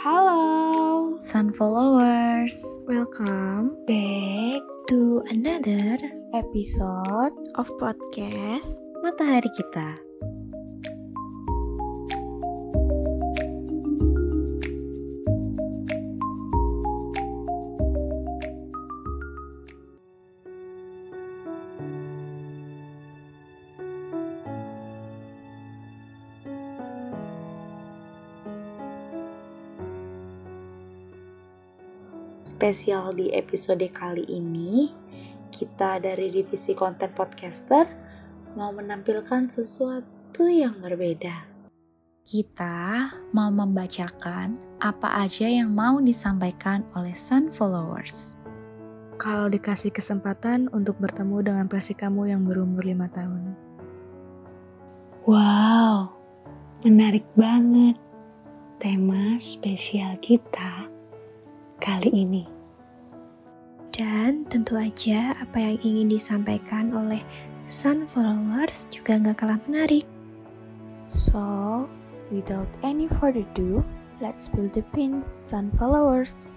Halo Sun followers, welcome back to another episode of podcast Matahari Kita. Spesial di episode kali ini, kita dari divisi konten podcaster mau menampilkan sesuatu yang berbeda. Kita mau membacakan apa aja yang mau disampaikan oleh Sun followers. Kalau dikasih kesempatan untuk bertemu dengan versi kamu yang berumur 5 tahun. Wow, menarik banget tema spesial kita kali ini. Dan tentu aja apa yang ingin disampaikan oleh Sun followers juga gak kalah menarik. So, without any further ado, let's spill the beans, Sun followers.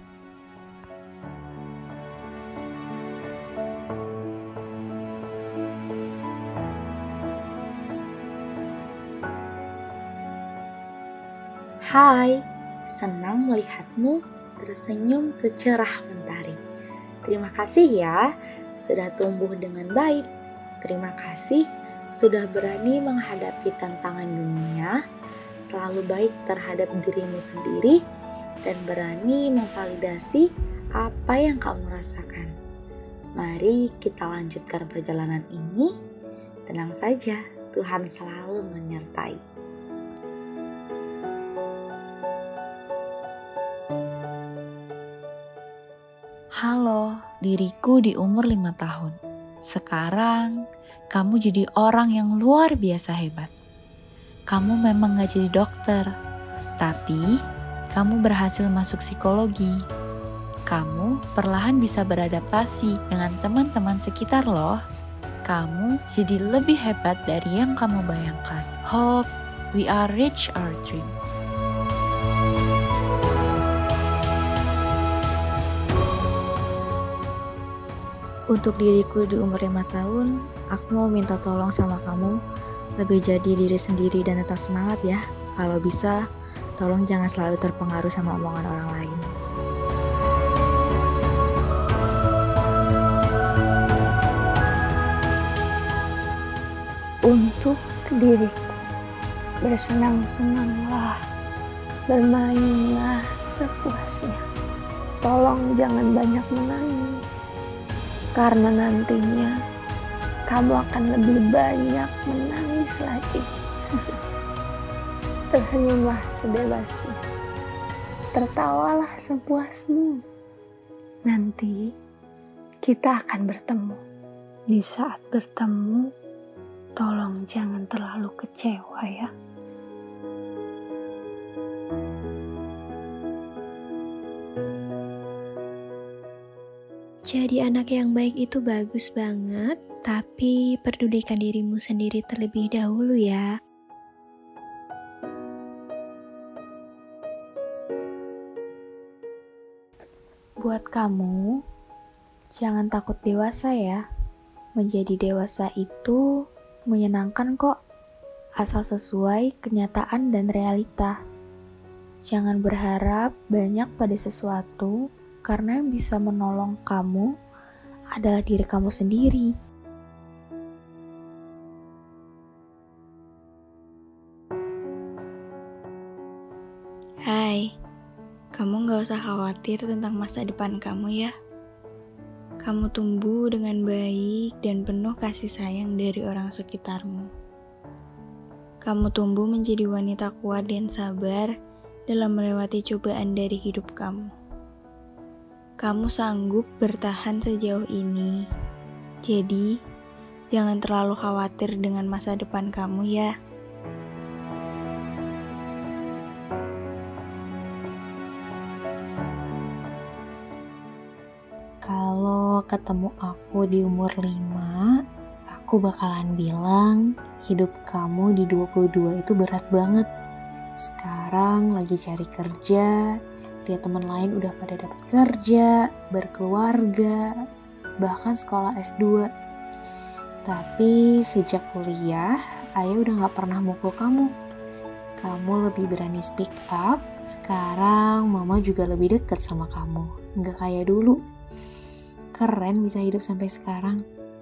Hai, senang melihatmu tersenyum secerah mentari. Terima kasih ya, sudah tumbuh dengan baik. Terima kasih sudah berani menghadapi tantangan dunia, selalu baik terhadap dirimu sendiri, dan berani memvalidasi apa yang kamu rasakan. Mari kita lanjutkan perjalanan ini. Tenang saja, Tuhan selalu menyertai. Halo, diriku di umur 5 tahun. Sekarang, kamu jadi orang yang luar biasa hebat. Kamu memang gak jadi dokter, tapi kamu berhasil masuk psikologi. Kamu perlahan bisa beradaptasi dengan teman-teman sekitar loh. Kamu jadi lebih hebat dari yang kamu bayangkan. Hope we are reach our dream. Untuk diriku di umur 5 tahun, aku mau minta tolong sama kamu lebih jadi diri sendiri dan tetap semangat ya. Kalau bisa, tolong jangan selalu terpengaruh sama omongan orang lain. Untuk diriku, bersenang-senanglah, bermainlah sepuasnya. Tolong jangan banyak menangis, karena nantinya kamu akan lebih banyak menangis lagi. Tersenyumlah sebebasnya, tertawalah sepuasmu. Nanti kita akan bertemu. Di saat bertemu, tolong jangan terlalu kecewa ya. Jadi anak yang baik itu bagus banget, tapi pedulikan dirimu sendiri terlebih dahulu ya. Buat kamu, jangan takut dewasa ya. Menjadi dewasa itu menyenangkan kok, asal sesuai kenyataan dan realita. Jangan berharap banyak pada sesuatu, karena yang bisa menolong kamu adalah diri kamu sendiri. Hai, kamu gak usah khawatir tentang masa depan kamu ya. Kamu tumbuh dengan baik dan penuh kasih sayang dari orang sekitarmu. Kamu tumbuh menjadi wanita kuat dan sabar dalam melewati cobaan dari hidup kamu. Kamu sanggup bertahan sejauh ini. Jadi, jangan terlalu khawatir dengan masa depan kamu ya. Kalau ketemu aku di umur 5, aku bakalan bilang hidup kamu di 22 itu berat banget. Sekarang lagi cari kerja, lihat teman lain udah pada dapat kerja, berkeluarga, bahkan sekolah S2. Tapi sejak kuliah, ayah udah gak pernah mukul kamu. Kamu lebih berani speak up. Sekarang mama juga lebih dekat sama kamu. Gak kayak dulu. Keren bisa hidup sampai sekarang.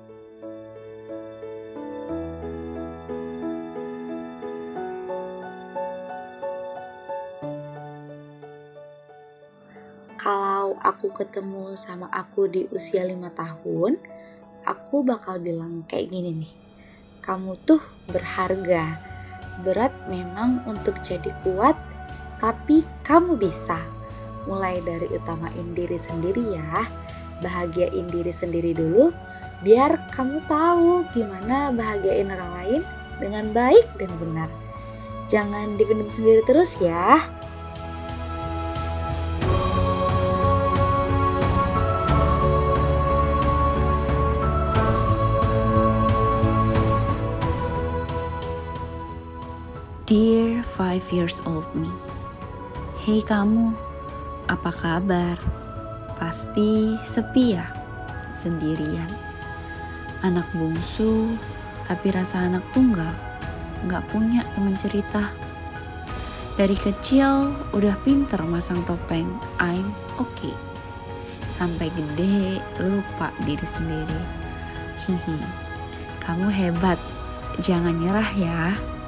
Kalau aku ketemu sama aku di usia 5 tahun, aku bakal bilang kayak gini nih. Kamu tuh berharga. Berat memang untuk jadi kuat, tapi kamu bisa. Mulai dari utamain diri sendiri ya. Bahagiain diri sendiri dulu, biar kamu tahu gimana bahagiain orang lain dengan baik dan benar. Jangan dipendam sendiri terus ya. Dear 5 years old me. Hey kamu, apa kabar? Pasti sepi ya? Sendirian. Anak bungsu, tapi rasa anak tunggal. Gak punya teman cerita. Dari kecil udah pinter masang topeng I'm okay. Sampai gede lupa diri sendiri. Kamu hebat, jangan nyerah ya.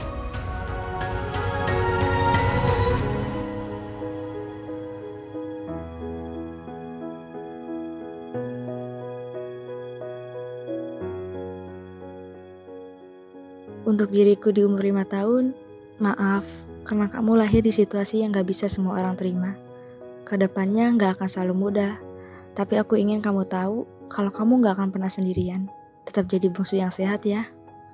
Untuk diriku di umur 5 tahun, maaf karena kamu lahir di situasi yang gak bisa semua orang terima. Kedepannya gak akan selalu mudah, tapi aku ingin kamu tahu kalau kamu gak akan pernah sendirian. Tetap jadi bungsu yang sehat ya.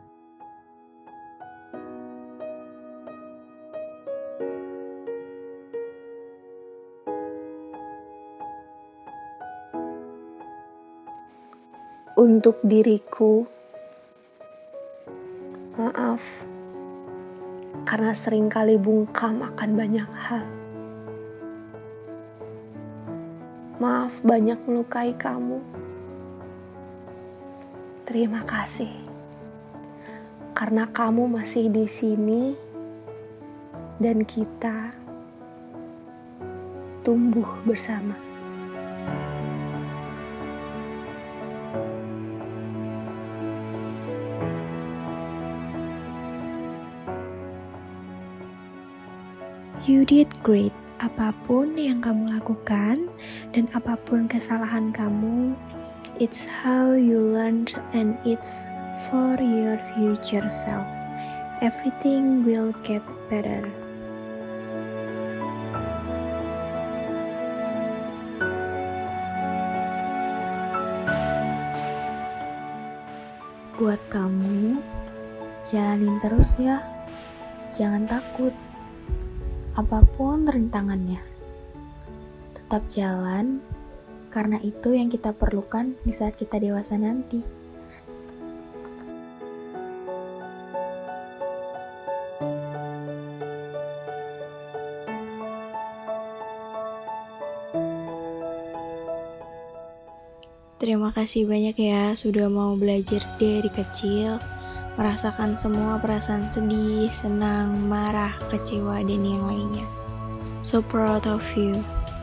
Untuk diriku, maaf karena seringkali bungkam akan banyak hal. Maaf banyak melukai kamu. Terima kasih karena kamu masih di sini dan kita tumbuh bersama. You did great. Apapun yang kamu lakukan dan apapun kesalahan kamu, it's how you learned and it's for your future self. Everything will get better. Buat kamu, jalanin terus ya. Jangan takut. Apapun rintangannya, tetap jalan, karena itu yang kita perlukan di saat kita dewasa nanti. Terima kasih banyak ya sudah mau belajar dari kecil, merasakan semua perasaan sedih, senang, marah, kecewa, dan yang lainnya. So proud of you.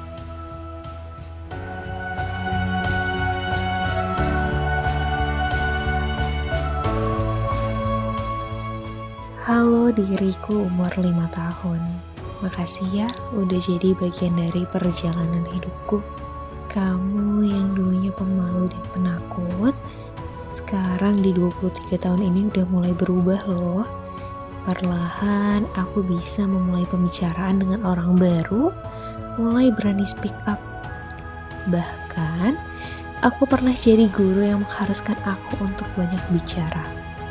Halo diriku umur 5 tahun. Makasih ya udah jadi bagian dari perjalanan hidupku. Kamu yang dulunya pemalu dan penakut, sekarang di 23 tahun ini udah mulai berubah loh. Perlahan aku bisa memulai pembicaraan dengan orang baru, mulai berani speak up. Bahkan, aku pernah jadi guru yang mengharuskan aku untuk banyak bicara.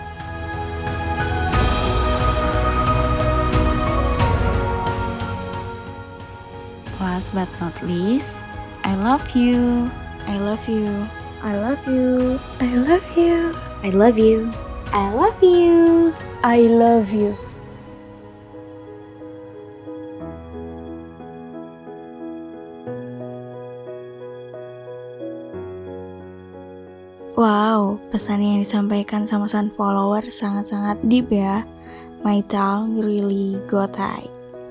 Last but not least, I love you. I love you. I love you. I love you. I love you. I love you. I love you. Wow, pesan yang disampaikan sama Sunflower sangat-sangat deep ya. My tongue really got tight.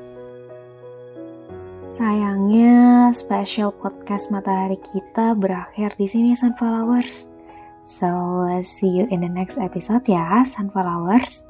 Sayangnya, special podcast Matahari kita berakhir di sini, Sunflowers. So, see you in the next episode ya, Sunflowers.